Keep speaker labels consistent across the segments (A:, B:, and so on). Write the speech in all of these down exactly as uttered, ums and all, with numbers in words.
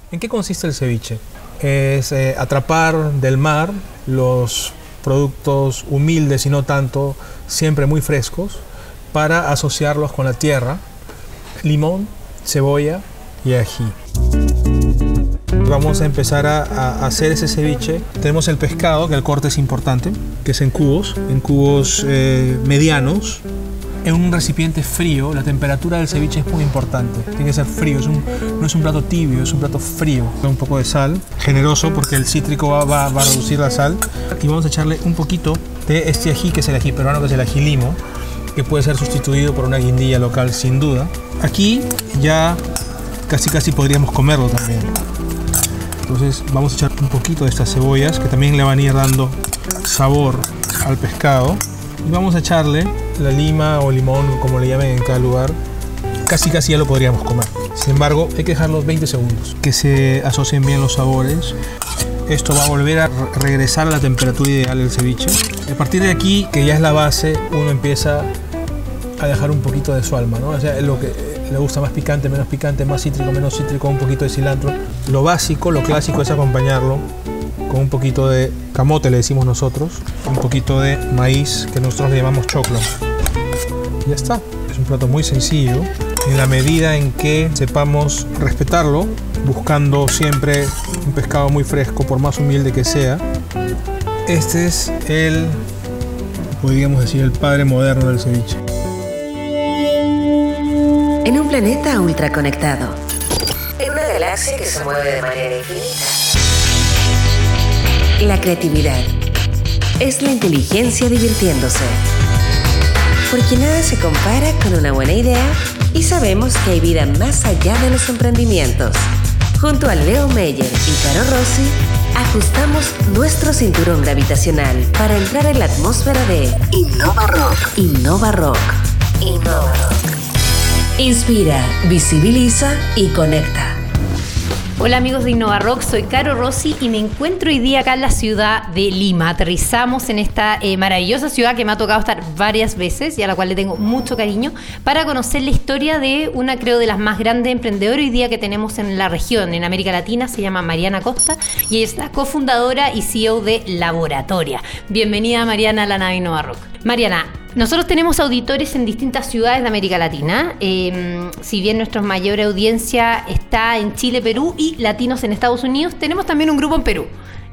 A: ¿En qué consiste el ceviche? Es eh, atrapar del mar los productos humildes y no tanto, siempre muy frescos, para asociarlos con la tierra, limón, cebolla y ají. Vamos a empezar a, a hacer ese ceviche. Tenemos el pescado, que el corte es importante, que es en cubos, en cubos eh, medianos. En un recipiente frío, la temperatura del ceviche es muy importante. Tiene que ser frío, es un, no es un plato tibio, es un plato frío. Un poco de sal, generoso porque el cítrico va, va, va a reducir la sal. Y vamos a echarle un poquito de este ají, que es el ají peruano, que es el ají limo, que puede ser sustituido por una guindilla local sin duda. Aquí ya casi casi podríamos comerlo también. Entonces vamos a echar un poquito de estas cebollas, que también le van a ir dando sabor al pescado. Y vamos a echarle la lima o limón, como le llamen en cada lugar. Casi casi ya lo podríamos comer. Sin embargo, hay que dejarlos veinte segundos, que se asocien bien los sabores. Esto va a volver a regresar a la temperatura ideal del ceviche. A partir de aquí, que ya es la base, uno empieza a dejar un poquito de su alma, ¿no? O sea, lo que le gusta, más picante, menos picante, más cítrico, menos cítrico, un poquito de cilantro. Lo básico, lo clásico es acompañarlo con un poquito de camote, le decimos nosotros, un poquito de maíz, que nosotros le llamamos choclo. Y ya está. Es un plato muy sencillo, en la medida en que sepamos respetarlo, buscando siempre un pescado muy fresco, por más humilde que sea. Este es el, podríamos decir, el padre moderno del ceviche.
B: En un planeta ultraconectado, en una galaxia que se mueve de manera infinita, la creatividad es la inteligencia divirtiéndose. Porque nada se compara con una buena idea y sabemos que hay vida más allá de los emprendimientos. Junto a Leo Meyer y Caro Rossi, ajustamos nuestro cinturón gravitacional para entrar en la atmósfera de Innova Rock. Innova Rock. Innova Rock. Inspira, visibiliza y conecta.
C: Hola amigos de Innova Rock, soy Caro Rossi y me encuentro hoy día acá en la ciudad de Lima. Aterrizamos en esta eh, maravillosa ciudad que me ha tocado estar varias veces y a la cual le tengo mucho cariño, para conocer la historia de una, creo, de las más grandes emprendedoras hoy día que tenemos en la región, en América Latina. Se llama Mariana Costa y es la cofundadora y C E O de Laboratoria. Bienvenida, Mariana, a la nave Innova Rock. Mariana, nosotros tenemos auditores en distintas ciudades de América Latina. Eh, si bien nuestra mayor audiencia está en Chile, Perú y latinos en Estados Unidos, tenemos también un grupo en Perú,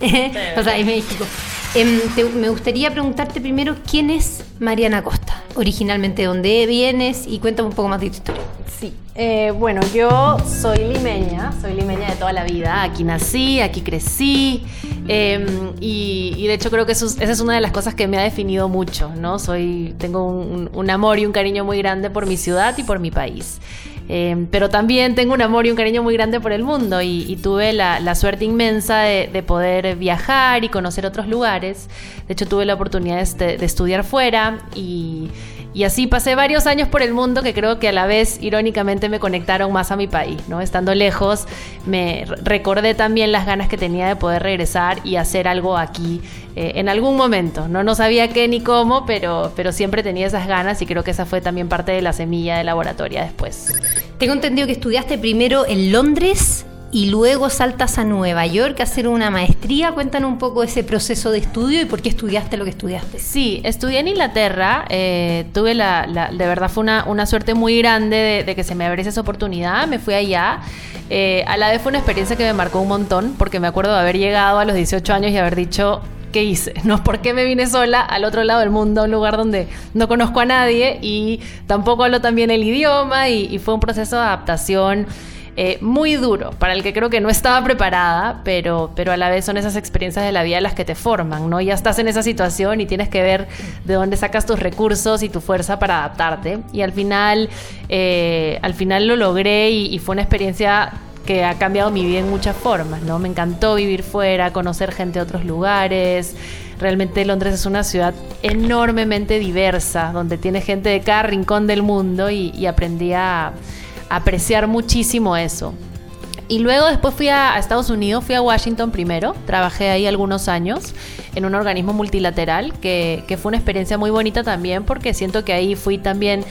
C: o sea, en México. Eh, te, me gustaría preguntarte primero, ¿quién es Mariana Costa? Originalmente, ¿de dónde vienes? Y cuéntame un poco más de tu historia.
D: Sí, eh, bueno, yo soy limeña, soy limeña de toda la vida. Aquí nací, aquí crecí, eh, y, y de hecho creo que eso, esa es una de las cosas que me ha definido mucho, ¿no? Soy, tengo un, un amor y un cariño muy grande por mi ciudad y por mi país. Eh, pero también tengo un amor y un cariño muy grande por el mundo y, y tuve la, la suerte inmensa de, de poder viajar y conocer otros lugares. De hecho, tuve la oportunidad de, de estudiar fuera y, y así pasé varios años por el mundo que creo que a la vez, irónicamente, me conectaron más a mi país, ¿no? Estando lejos, me recordé también las ganas que tenía de poder regresar y hacer algo aquí eh, en algún momento, ¿no? No sabía qué ni cómo, pero, pero siempre tenía esas ganas y creo que esa fue también parte de la semilla de Laboratoria después.
C: Tengo entendido que estudiaste primero en Londres y luego saltas a Nueva York a hacer una maestría. Cuéntanos un poco ese proceso de estudio y por qué estudiaste lo que estudiaste.
D: Sí, estudié en Inglaterra. Eh, tuve la, la, de verdad fue una, una suerte muy grande de, de que se me abriese esa oportunidad. Me fui allá. Eh, a la vez fue una experiencia que me marcó un montón porque me acuerdo de haber llegado a los dieciocho años y haber dicho... ¿Qué hice? ¿No? ¿Por qué me vine sola al otro lado del mundo, a un lugar donde no conozco a nadie y tampoco hablo tan bien el idioma? Y, y fue un proceso de adaptación eh, muy duro, para el que creo que no estaba preparada, pero, pero a la vez son esas experiencias de la vida las que te forman, ¿no? Ya estás en esa situación y tienes que ver de dónde sacas tus recursos y tu fuerza para adaptarte. Y al final, eh, al final lo logré y, y fue una experiencia que ha cambiado mi vida en muchas formas, ¿no? Me encantó vivir fuera, conocer gente de otros lugares. Realmente Londres es una ciudad enormemente diversa, donde tiene gente de cada rincón del mundo y, y aprendí a, a apreciar muchísimo eso. Y luego después fui a, a Estados Unidos, fui a Washington primero, trabajé ahí algunos años en un organismo multilateral que, que fue una experiencia muy bonita también porque siento que ahí fui también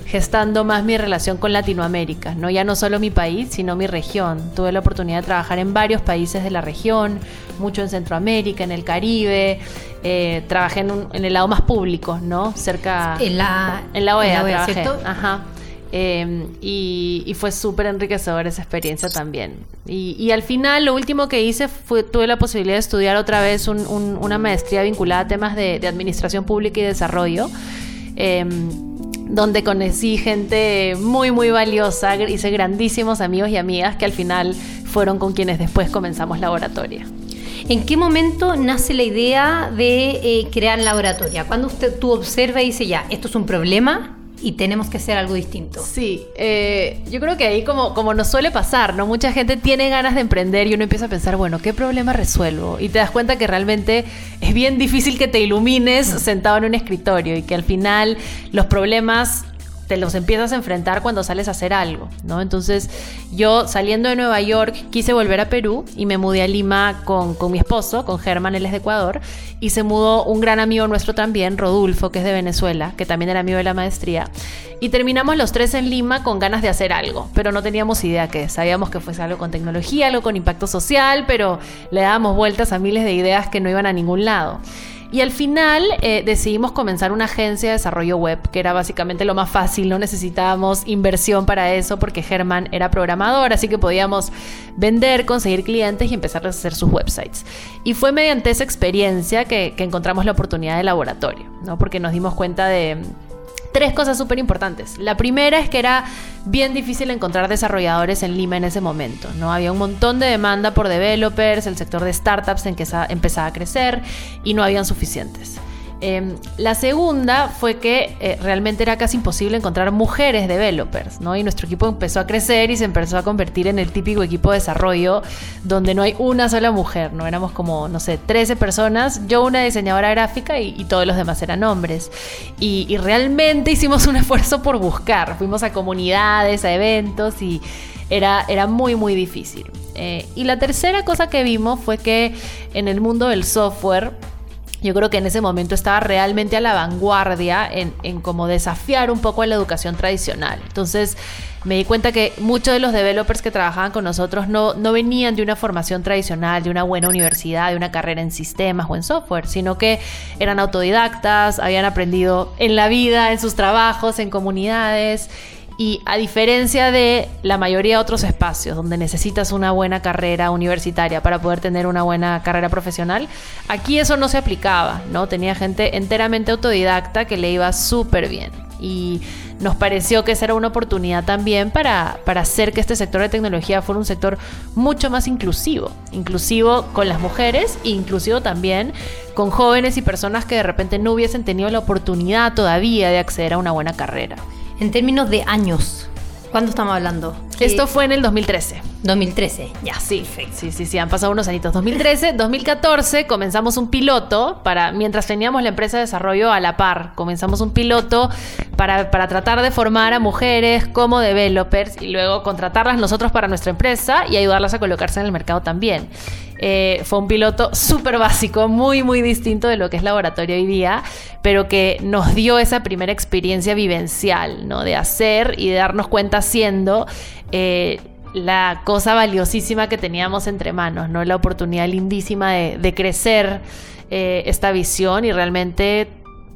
D: gestando más mi relación con Latinoamérica, ¿no? Ya no solo mi país, sino mi región. Tuve la oportunidad de trabajar en varios países de la región, mucho en Centroamérica, en el Caribe. Eh, trabajé en, un, en el lado más público, ¿no? Cerca...
C: En la,
D: en la O E A,
C: en la O E A,
D: trabajé.
C: ¿cierto?
D: Ajá. Eh, y, y fue súper enriquecedora esa experiencia también. Y, y al final, lo último que hice fue, tuve la posibilidad de estudiar otra vez un, un, una maestría vinculada a temas de, de administración pública y desarrollo. Eh, donde conocí gente muy muy valiosa, hice grandísimos amigos y amigas que al final fueron con quienes después comenzamos Laboratoria.
C: ¿En qué momento nace la idea de eh, crear Laboratoria? ¿Cuándo usted, tú observa y dice ya, esto es un problema y tenemos que hacer algo distinto?
D: Sí, eh, yo creo que ahí como, como nos suele pasar, ¿no? Mucha gente tiene ganas de emprender y uno empieza a pensar, bueno, ¿qué problema resuelvo? Y te das cuenta que realmente es bien difícil que te ilumines sentado en un escritorio y que al final los problemas te los empiezas a enfrentar cuando sales a hacer algo, ¿no? Entonces, yo saliendo de Nueva York quise volver a Perú y me mudé a Lima con, con mi esposo, con Germán, él es de Ecuador, y se mudó un gran amigo nuestro también, Rodulfo, que es de Venezuela, que también era amigo de la maestría, y terminamos los tres en Lima con ganas de hacer algo, pero no teníamos idea qué. Sabíamos que fuese algo con tecnología, algo con impacto social, pero le dábamos vueltas a miles de ideas que no iban a ningún lado. Y al final eh, decidimos comenzar una agencia de desarrollo web, que era básicamente lo más fácil, no necesitábamos inversión para eso porque Germán era programador, así que podíamos vender, conseguir clientes y empezar a hacer sus websites. Y fue mediante esa experiencia que, que encontramos la oportunidad de Laboratorio, ¿no? Porque nos dimos cuenta de tres cosas súper importantes. La primera es que era bien difícil encontrar desarrolladores en Lima en ese momento, ¿no? Había un montón de demanda por developers, el sector de startups en que empezaba a crecer y no habían suficientes. Eh, la segunda fue que eh, realmente era casi imposible encontrar mujeres developers, ¿no? Y nuestro equipo empezó a crecer y se empezó a convertir en el típico equipo de desarrollo donde no hay una sola mujer, ¿no? Éramos como, no sé, trece personas, yo una diseñadora gráfica y, y todos los demás eran hombres. Y, y realmente hicimos un esfuerzo por buscar, fuimos a comunidades, a eventos y era, era muy, muy difícil. Eh, y la tercera cosa que vimos fue que en el mundo del software, yo creo que en ese momento estaba realmente a la vanguardia en, en cómo desafiar un poco a la educación tradicional. Entonces me di cuenta que muchos de los developers que trabajaban con nosotros no, no venían de una formación tradicional, de una buena universidad, de una carrera en sistemas o en software, sino que eran autodidactas, habían aprendido en la vida, en sus trabajos, en comunidades. Y a diferencia de la mayoría de otros espacios donde necesitas una buena carrera universitaria para poder tener una buena carrera profesional, aquí eso no se aplicaba, ¿no? Tenía gente enteramente autodidacta que le iba súper bien. Y nos pareció que esa era una oportunidad también para, para hacer que este sector de tecnología fuera un sector mucho más inclusivo. Inclusivo con las mujeres e inclusivo también con jóvenes y personas que de repente no hubiesen tenido la oportunidad todavía de acceder a una buena carrera.
C: En términos de años, ¿cuándo estamos hablando?
D: Esto fue en el dos mil trece.
C: dos mil trece, ya.
D: Sí, sí, sí, sí, han pasado unos añitos. dos mil trece, dos mil catorce comenzamos un piloto para, mientras teníamos la empresa de desarrollo a la par, comenzamos un piloto para, para tratar de formar a mujeres como developers y luego contratarlas nosotros para nuestra empresa y ayudarlas a colocarse en el mercado también. Eh, fue un piloto súper básico, muy, muy distinto de lo que es Laboratorio hoy día, pero que nos dio esa primera experiencia vivencial, ¿no? De hacer y de darnos cuenta haciendo eh, la cosa valiosísima que teníamos entre manos, ¿no? La oportunidad lindísima de, de crecer eh, esta visión y realmente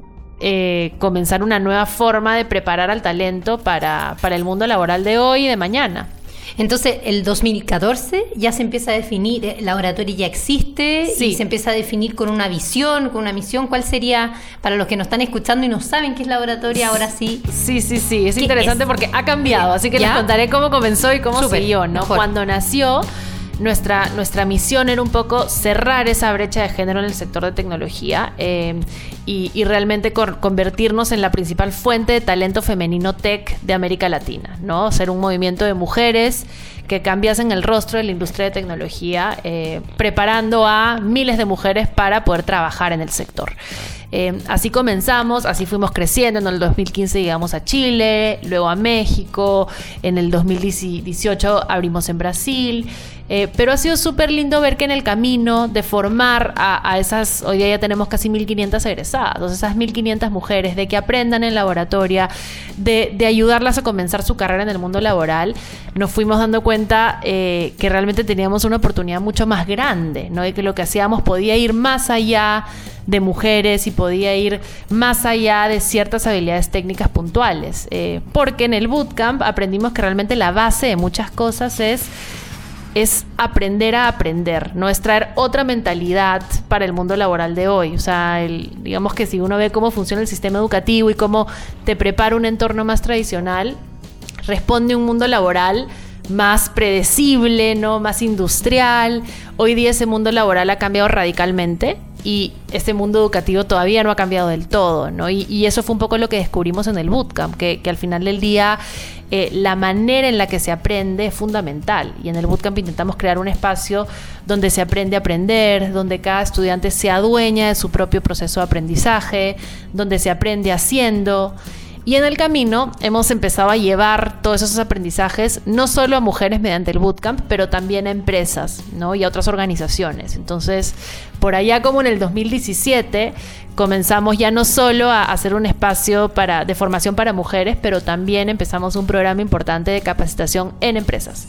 D: eh, comenzar una nueva forma de preparar al talento para, para el mundo laboral de hoy y de mañana.
C: Entonces, el dos mil catorce ya se empieza a definir, Laboratorio ya existe, sí, y se empieza a definir con una visión, con una misión. ¿Cuál sería, para los que nos están escuchando y no saben qué es Laboratorio, ahora sí?
D: Sí, sí, sí, es interesante es? porque ha cambiado, así que ¿Ya? les contaré cómo comenzó y cómo Súper, siguió, ¿no? Mejor. Cuando nació, nuestra, nuestra misión era un poco cerrar esa brecha de género en el sector de tecnología eh, y, y realmente cor- convertirnos en la principal fuente de talento femenino tech de América Latina, ¿no? Ser un movimiento de mujeres que cambiasen el rostro de la industria de tecnología, eh, preparando a miles de mujeres para poder trabajar en el sector. Eh, así comenzamos, así fuimos creciendo. En el dos mil quince llegamos a Chile, luego a México, en el dos mil dieciocho abrimos en Brasil. Eh, pero ha sido súper lindo ver que en el camino de formar a, a esas, hoy día ya tenemos casi mil quinientas egresadas, entonces esas mil quinientas mujeres, de que aprendan en laboratorio, de, de ayudarlas a comenzar su carrera en el mundo laboral, nos fuimos dando cuenta eh, que realmente teníamos una oportunidad mucho más grande, ¿no? Y que lo que hacíamos podía ir más allá de mujeres y podía ir más allá de ciertas habilidades técnicas puntuales, eh, porque en el bootcamp aprendimos que realmente la base de muchas cosas es es aprender a aprender, no es traer otra mentalidad para el mundo laboral de hoy. O sea, el, digamos que si uno ve cómo funciona el sistema educativo y cómo te prepara un entorno más tradicional, responde a un mundo laboral más predecible, ¿no? Más industrial. Hoy día ese mundo laboral ha cambiado radicalmente y este mundo educativo todavía no ha cambiado del todo, ¿no? Y, y eso fue un poco lo que descubrimos en el bootcamp, que, que al final del día eh, la manera en la que se aprende es fundamental. Y en el bootcamp intentamos crear un espacio donde se aprende a aprender, donde cada estudiante se adueña de su propio proceso de aprendizaje, donde se aprende haciendo. Y en el camino hemos empezado a llevar todos esos aprendizajes no solo a mujeres mediante el bootcamp, pero también a empresas, ¿no? Y a otras organizaciones. Entonces, por allá como en el dos mil diecisiete, comenzamos ya no solo a hacer un espacio para, de formación para mujeres, pero también empezamos un programa importante de capacitación en empresas.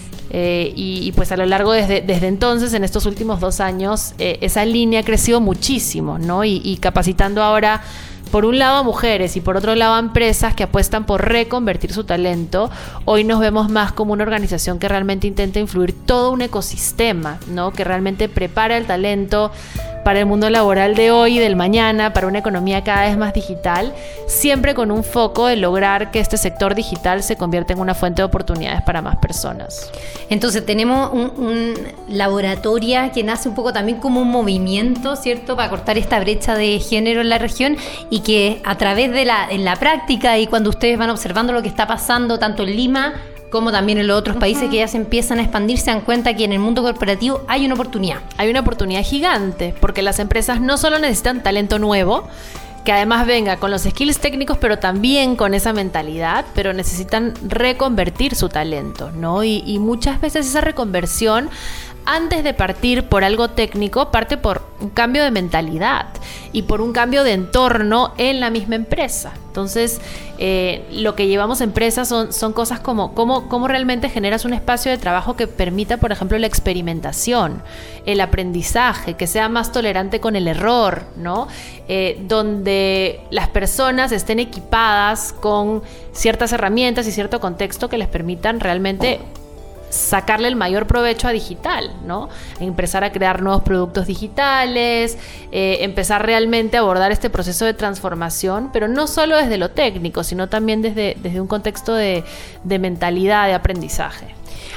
D: Eh, y, y pues a lo largo desde, desde entonces, en estos últimos dos años, eh, esa línea ha crecido muchísimo, ¿no? Y, y capacitando ahora, por un lado a mujeres y por otro lado a empresas que apuestan por reconvertir su talento. Hoy nos vemos más como una organización que realmente intenta influir todo un ecosistema, ¿no? Que realmente prepara el talento para el mundo laboral de hoy y del mañana, para una economía cada vez más digital, siempre con un foco de lograr que este sector digital se convierta en una fuente de oportunidades para más personas.
C: Entonces tenemos un, un laboratorio que nace un poco también como un movimiento, ¿cierto?, para cortar esta brecha de género en la región, y que a través de la, en la práctica y cuando ustedes van observando lo que está pasando tanto en Lima como también en los otros países, uh-huh, que ya se empiezan a expandir, se dan cuenta que en el mundo corporativo hay una oportunidad.
D: Hay una oportunidad gigante, porque las empresas no solo necesitan talento nuevo, que además venga con los skills técnicos, pero también con esa mentalidad, pero necesitan reconvertir su talento, ¿no? Y, y muchas veces esa reconversión, antes de partir por algo técnico, parte por un cambio de mentalidad y por un cambio de entorno en la misma empresa. Entonces, eh, lo que llevamos a empresas son, son cosas como cómo, cómo realmente generas un espacio de trabajo que permita, por ejemplo, la experimentación, el aprendizaje, que sea más tolerante con el error, ¿no? Eh, donde las personas estén equipadas con ciertas herramientas y cierto contexto que les permitan realmente sacarle el mayor provecho a digital, ¿no? Empezar a crear nuevos productos digitales, eh, empezar realmente a abordar este proceso de transformación, pero no solo desde lo técnico, sino también desde, desde un contexto de, de mentalidad, de aprendizaje.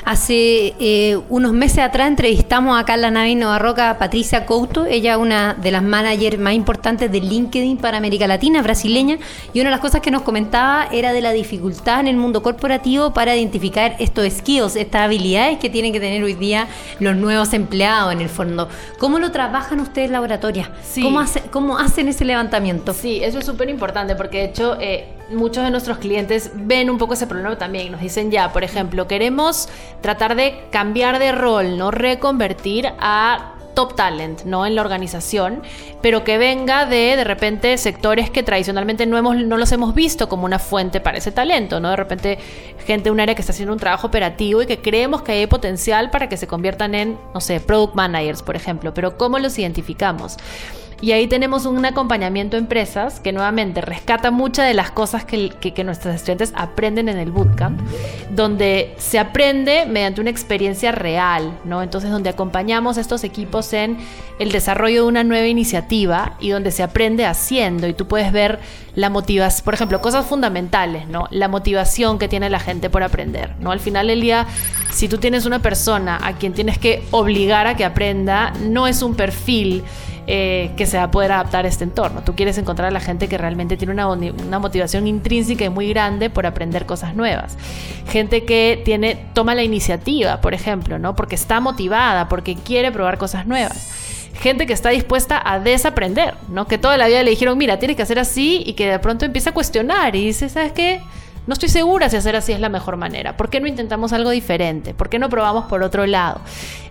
C: Hace eh, unos meses atrás entrevistamos acá en la nave Innova Rock a Patricia Couto. Ella es una de las managers más importantes de LinkedIn para América Latina, brasileña, y una de las cosas que nos comentaba era de la dificultad en el mundo corporativo para identificar estos skills, estas habilidades que tienen que tener hoy día los nuevos empleados en el fondo. ¿Cómo lo trabajan ustedes en laboratorio?
D: Sí.
C: ¿Cómo, hace, ¿Cómo hacen ese levantamiento?
D: Sí, eso es súper importante porque de hecho eh, muchos de nuestros clientes ven un poco ese problema también y nos dicen ya, por ejemplo, queremos tratar de cambiar de rol, ¿no? Reconvertir a top talent, ¿no? En la organización, pero que venga de de repente sectores que tradicionalmente no hemos no los hemos visto como una fuente para ese talento, ¿no? De repente gente de un área que está haciendo un trabajo operativo y que creemos que hay potencial para que se conviertan en, no sé, product managers, por ejemplo, pero ¿cómo los identificamos? Y ahí tenemos un acompañamiento a empresas que nuevamente rescata muchas de las cosas que, que, que nuestros estudiantes aprenden en el bootcamp, donde se aprende mediante una experiencia real, ¿no? Entonces, donde acompañamos a estos equipos en el desarrollo de una nueva iniciativa y donde se aprende haciendo, y tú puedes ver la motivación, por ejemplo, cosas fundamentales, ¿no? La motivación que tiene la gente por aprender, ¿no? Al final del día, si tú tienes una persona a quien tienes que obligar a que aprenda, no es un perfil Eh, que se va a poder adaptar a este entorno. Tú quieres encontrar a la gente que realmente tiene una, una motivación intrínseca y muy grande por aprender cosas nuevas. Gente que tiene, toma la iniciativa, por ejemplo, ¿no? Porque está motivada, porque quiere probar cosas nuevas. Gente que está dispuesta a desaprender, ¿no? Que toda la vida le dijeron, mira, tienes que hacer así, y que de pronto empieza a cuestionar y dice, ¿sabes qué? no estoy segura si hacer así es la mejor manera. ¿Por qué no intentamos algo diferente? ¿Por qué no probamos por otro lado?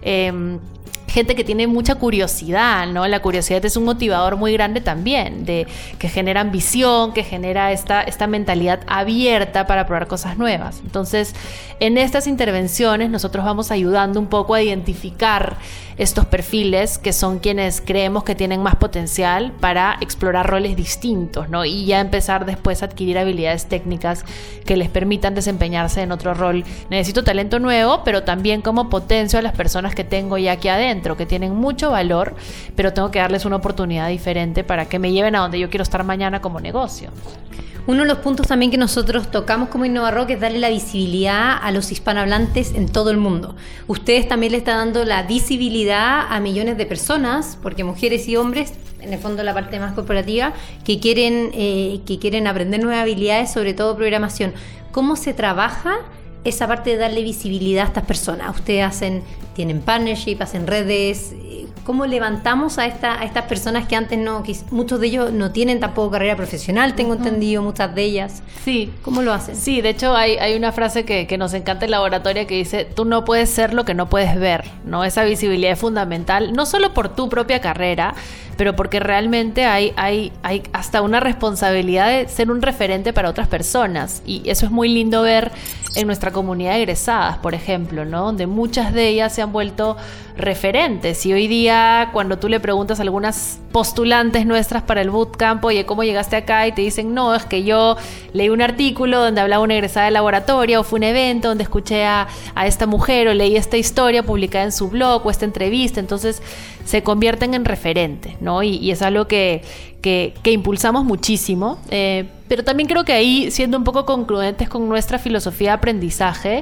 D: Eh, gente que tiene mucha curiosidad, ¿no? La curiosidad es un motivador muy grande también, de, que genera ambición, que genera esta, esta mentalidad abierta para probar cosas nuevas. Entonces, en estas intervenciones nosotros vamos ayudando un poco a identificar estos perfiles que son quienes creemos que tienen más potencial para explorar roles distintos, ¿no? Y ya empezar después a adquirir habilidades técnicas que les permitan desempeñarse en otro rol. Necesito talento nuevo, pero también como potencio a las personas que tengo ya aquí adentro, que tienen mucho valor, pero tengo que darles una oportunidad diferente para que me lleven a donde yo quiero estar mañana como negocio.
C: Uno de los puntos también que nosotros tocamos como InnovaRock es darle la visibilidad a los hispanohablantes en todo el mundo. Ustedes también le están dando la visibilidad a millones de personas, porque mujeres y hombres, en el fondo la parte más corporativa, que quieren, eh, que quieren aprender nuevas habilidades, sobre todo programación. ¿Cómo se trabaja esa parte de darle visibilidad a estas personas? Ustedes hacen, tienen partnership, hacen redes. ¿Cómo levantamos a, esta, a estas personas que antes no, que muchos de ellos no tienen tampoco carrera profesional, tengo uh-huh. entendido, muchas de ellas?
D: Sí.
C: ¿Cómo lo hacen?
D: Sí, de hecho hay, hay una frase que, que nos encanta en laboratorio que dice, tú no puedes ser lo que no puedes ver, ¿no? Esa visibilidad es fundamental, no solo por tu propia carrera, pero porque realmente hay, hay, hay hasta una responsabilidad de ser un referente para otras personas. Y eso es muy lindo ver en nuestra comunidad de egresadas, por ejemplo, ¿no? Donde muchas de ellas se han vuelto referentes. Y hoy día, cuando tú le preguntas a algunas postulantes nuestras para el bootcamp, oye, ¿cómo llegaste acá? Y te dicen, no, es que yo leí un artículo donde hablaba una egresada de laboratorio, o fue un evento donde escuché a, a esta mujer, o leí esta historia publicada en su blog, o esta entrevista. Entonces, se convierten en referentes, ¿no? Y, y es algo que, que, que impulsamos muchísimo. Eh, pero también creo que ahí, siendo un poco concluyentes con nuestra filosofía de aprendizaje,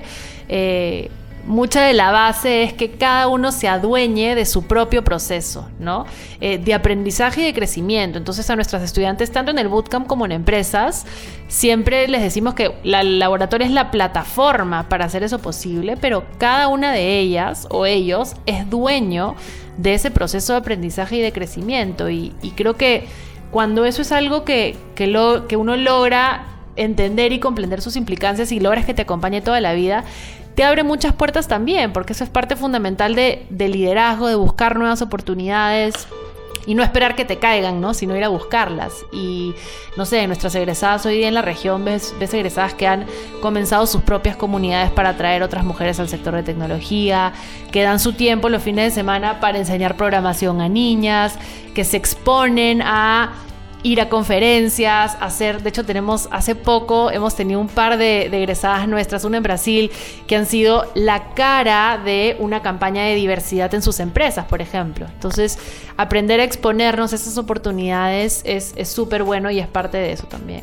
D: eh, mucha de la base es que cada uno se adueñe de su propio proceso, ¿no? Eh, de aprendizaje y de crecimiento. Entonces, a nuestras estudiantes, tanto en el bootcamp como en empresas, siempre les decimos que la el laboratorio es la plataforma para hacer eso posible, pero cada una de ellas o ellos es dueño de ese proceso de aprendizaje y de crecimiento. Y, y creo que cuando eso es algo que, que, lo, que uno logra entender y comprender sus implicancias y logras que te acompañe toda la vida, te abre muchas puertas también, porque eso es parte fundamental de, de liderazgo, de buscar nuevas oportunidades y no esperar que te caigan, ¿no? Sino ir a buscarlas. Y no sé, nuestras egresadas hoy día en la región, ves, ves egresadas que han comenzado sus propias comunidades para atraer otras mujeres al sector de tecnología, que dan su tiempo los fines de semana para enseñar programación a niñas, que se exponen a ir a conferencias, hacer, de hecho tenemos hace poco, hemos tenido un par de, de egresadas nuestras, una en Brasil, que han sido la cara de una campaña de diversidad en sus empresas, por ejemplo. Entonces, aprender a exponernos a esas oportunidades es súper bueno y es parte de eso también.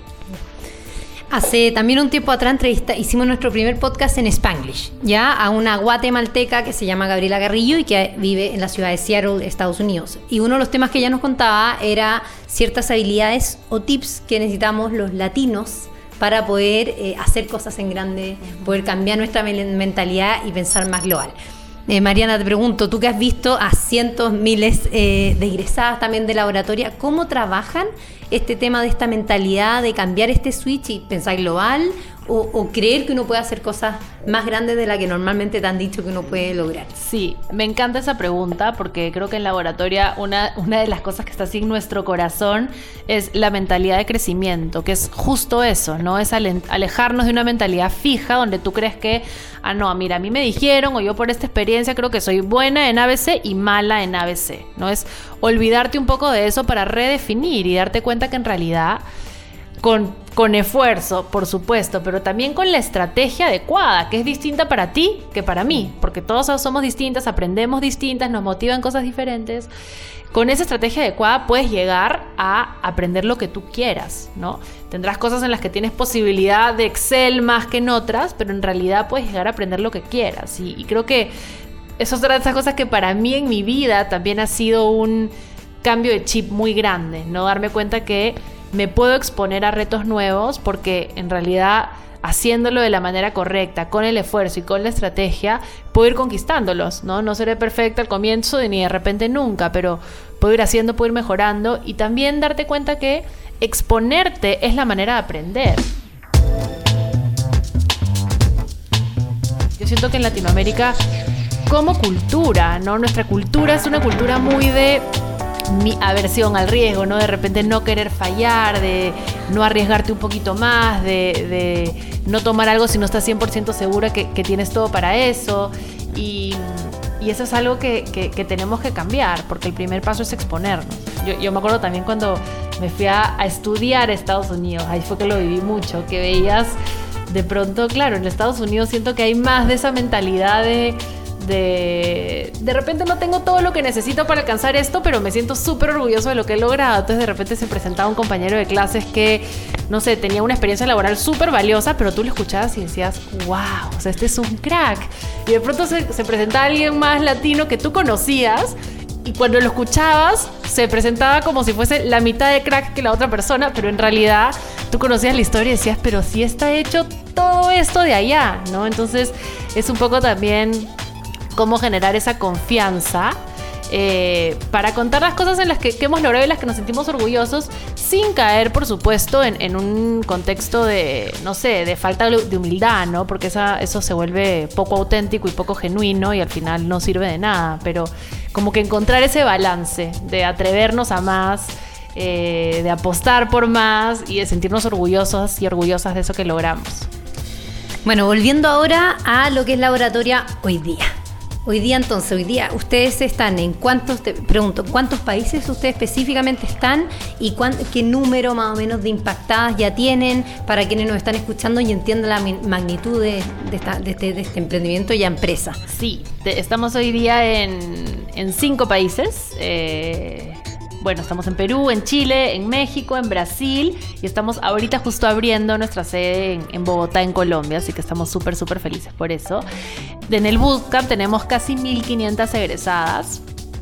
C: Hace también un tiempo atrás entrevista, hicimos nuestro primer podcast en Spanglish, ya a una guatemalteca que se llama Gabriela Garrillo y que vive en la ciudad de Seattle, Estados Unidos. Y uno de los temas que ella nos contaba era ciertas habilidades o tips que necesitamos los latinos para poder eh, hacer cosas en grande, poder cambiar nuestra mentalidad y pensar más global. Eh, Mariana, te pregunto, tú que has visto a cientos, miles eh, de egresadas también de laboratorio, ¿cómo trabajan este tema de esta mentalidad de cambiar este switch y pensar global o, o creer que uno puede hacer cosas más grandes de las que normalmente te han dicho que uno puede lograr?
D: Sí, me encanta esa pregunta porque creo que en laboratorio una, una de las cosas que está así en nuestro corazón es la mentalidad de crecimiento, que es justo eso, ¿no? Es alejarnos de una mentalidad fija donde tú crees que, ah, no, mira, a mí me dijeron o yo por esta experiencia creo que soy buena en A B C y mala en A B C, ¿no? Es olvidarte un poco de eso para redefinir y darte cuenta que en realidad con, con esfuerzo, por supuesto, pero también con la estrategia adecuada, que es distinta para ti que para mí, porque todos somos distintas, aprendemos distintas, nos motivan cosas diferentes. Con esa estrategia adecuada puedes llegar a aprender lo que tú quieras, ¿no? Tendrás cosas en las que tienes posibilidad de Excel más que en otras, pero en realidad puedes llegar a aprender lo que quieras. Y, y creo que eso es otra de esas cosas que para mí en mi vida también ha sido un cambio de chip muy grande, ¿no? Darme cuenta que me puedo exponer a retos nuevos porque en realidad haciéndolo de la manera correcta, con el esfuerzo y con la estrategia, puedo ir conquistándolos, ¿no? No seré perfecta al comienzo ni de repente nunca, pero puedo ir haciendo, puedo ir mejorando y también darte cuenta que exponerte es la manera de aprender. siento que en Latinoamérica, como cultura, ¿no? Nuestra cultura es una cultura muy de mi aversión al riesgo, ¿no? De repente no querer fallar, de no arriesgarte un poquito más, de, de no tomar algo si no estás cien por ciento segura que, que tienes todo para eso. Y, y eso es algo que, que, que tenemos que cambiar, porque el primer paso es exponernos. Yo, yo me acuerdo también cuando me fui a, a estudiar a Estados Unidos, ahí fue que lo viví mucho, que veías de pronto, claro, en Estados Unidos siento que hay más de esa mentalidad de de de repente no tengo todo lo que necesito para alcanzar esto, pero me siento súper orgulloso de lo que he logrado. Entonces de repente se presentaba un compañero de clases que, no sé, tenía una experiencia laboral súper valiosa, pero tú lo escuchabas y decías, wow, o sea, este es un crack. Y de pronto se, se presentaba alguien más latino que tú conocías, y cuando lo escuchabas se presentaba como si fuese la mitad de crack que la otra persona, pero en realidad tú conocías la historia y decías, pero sí está hecho todo esto de allá, ¿no? Entonces es un poco también cómo generar esa confianza eh, para contar las cosas en las que, que hemos logrado y las que nos sentimos orgullosos, sin caer, por supuesto, en, en un contexto de, no sé, de falta de humildad, ¿no? Porque esa, eso se vuelve poco auténtico y poco genuino y al final no sirve de nada. Pero como que encontrar ese balance de atrevernos a más, eh, de apostar por más y de sentirnos orgullosos y orgullosas de eso que logramos.
C: Bueno, volviendo ahora a lo que es la oratoria hoy día. Hoy día, entonces, hoy día, ustedes están en cuántos, te pregunto, ¿cuántos países ustedes específicamente están y cuán, qué número más o menos de impactadas ya tienen para quienes nos están escuchando y entiendan la magnitud de, de, esta, de, este, de este emprendimiento y empresa?
D: Sí, te, estamos hoy día en, en cinco países. Eh, bueno, estamos en Perú, en Chile, en México, en Brasil y estamos ahorita justo abriendo nuestra sede en, en Bogotá, en Colombia, así que estamos súper, súper felices por eso. En el bootcamp tenemos casi mil quinientas egresadas.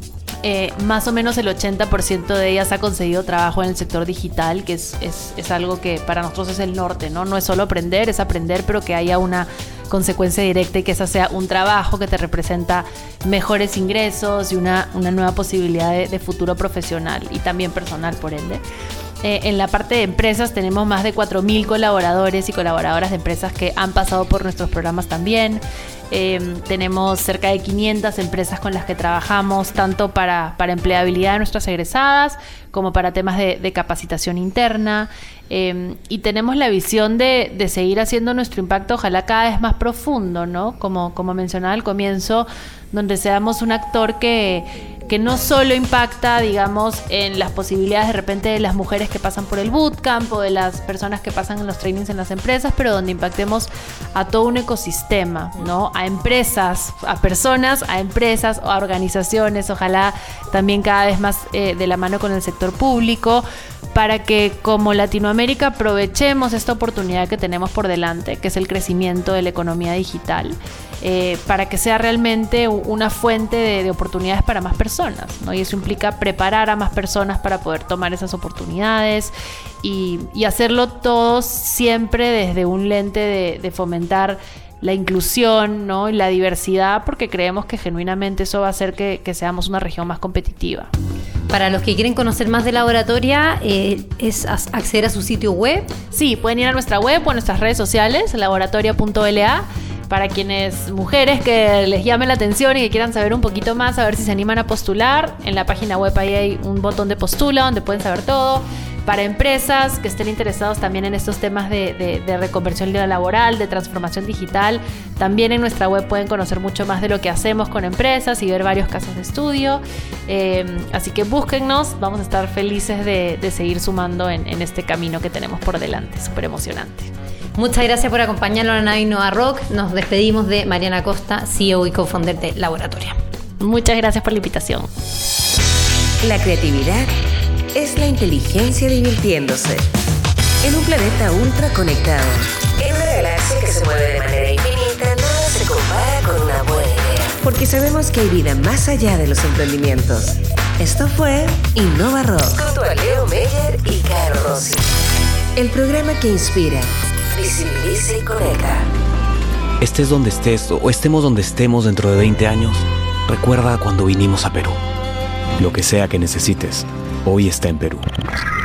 D: Eh, más o menos el ochenta por ciento de ellas ha conseguido trabajo en el sector digital, que es, es, es algo que para nosotros es el norte, ¿no? No es solo aprender, es aprender, pero que haya una consecuencia directa y que esa sea un trabajo que te representa mejores ingresos y una, una nueva posibilidad de, de futuro profesional y también personal, por ende. Eh, en la parte de empresas tenemos más de cuatro mil colaboradores y colaboradoras de empresas que han pasado por nuestros programas también. Eh, tenemos cerca de quinientas empresas con las que trabajamos, tanto para, para empleabilidad de nuestras egresadas como para temas de, de capacitación interna. Eh, y tenemos la visión de, de seguir haciendo nuestro impacto, ojalá cada vez más profundo, ¿no? Como, como mencionaba al comienzo, donde seamos un actor que, que no solo impacta, digamos, en las posibilidades de repente de las mujeres que pasan por el bootcamp o de las personas que pasan en los trainings en las empresas, pero donde impactemos a todo un ecosistema, ¿no? A empresas, a personas, a empresas, a organizaciones, ojalá también cada vez más eh, de la mano con el sector público, para que como Latinoamérica aprovechemos esta oportunidad que tenemos por delante, que es el crecimiento de la economía digital, eh, para que sea realmente una fuente de, de oportunidades para más personas, ¿no? Y eso implica preparar a más personas para poder tomar esas oportunidades y, y hacerlo todo siempre desde un lente de, de fomentar la inclusión, ¿no? Y la diversidad, porque creemos que genuinamente eso va a hacer que, que seamos una región más competitiva.
C: Para los que quieren conocer más de la oratoria, eh, es acceder a su sitio web.
D: Sí, pueden ir a nuestra web o a nuestras redes sociales, laboratoria punto l a. Para quienes, mujeres que les llame la atención y que quieran saber un poquito más, a ver si se animan a postular, en la página web ahí hay un botón de postula donde pueden saber todo. Para empresas que estén interesados también en estos temas de, de, de reconversión laboral, de transformación digital, también en nuestra web pueden conocer mucho más de lo que hacemos con empresas y ver varios casos de estudio. Eh, así que búsquennos, vamos a estar felices de, de seguir sumando en, en este camino que tenemos por delante, súper emocionante.
C: Muchas gracias por acompañarnos a la nave Innova Rock. Nos despedimos de Mariana Costa, C E O y co-founder de Laboratoria.
D: Muchas gracias por la invitación.
B: La creatividad es la inteligencia divirtiéndose. En un planeta ultra conectado, en una galaxia que se mueve de manera infinita, nada se compara con una buena idea. Porque sabemos que hay vida más allá de los emprendimientos. Esto fue Innova Rock, junto a Leo Meyer y Caro Rossi. El programa que inspira, visibiliza y conecta.
E: Estés donde estés o estemos donde estemos dentro de veinte años, recuerda cuando vinimos a Perú. Lo que sea que necesites, hoy está en Perú.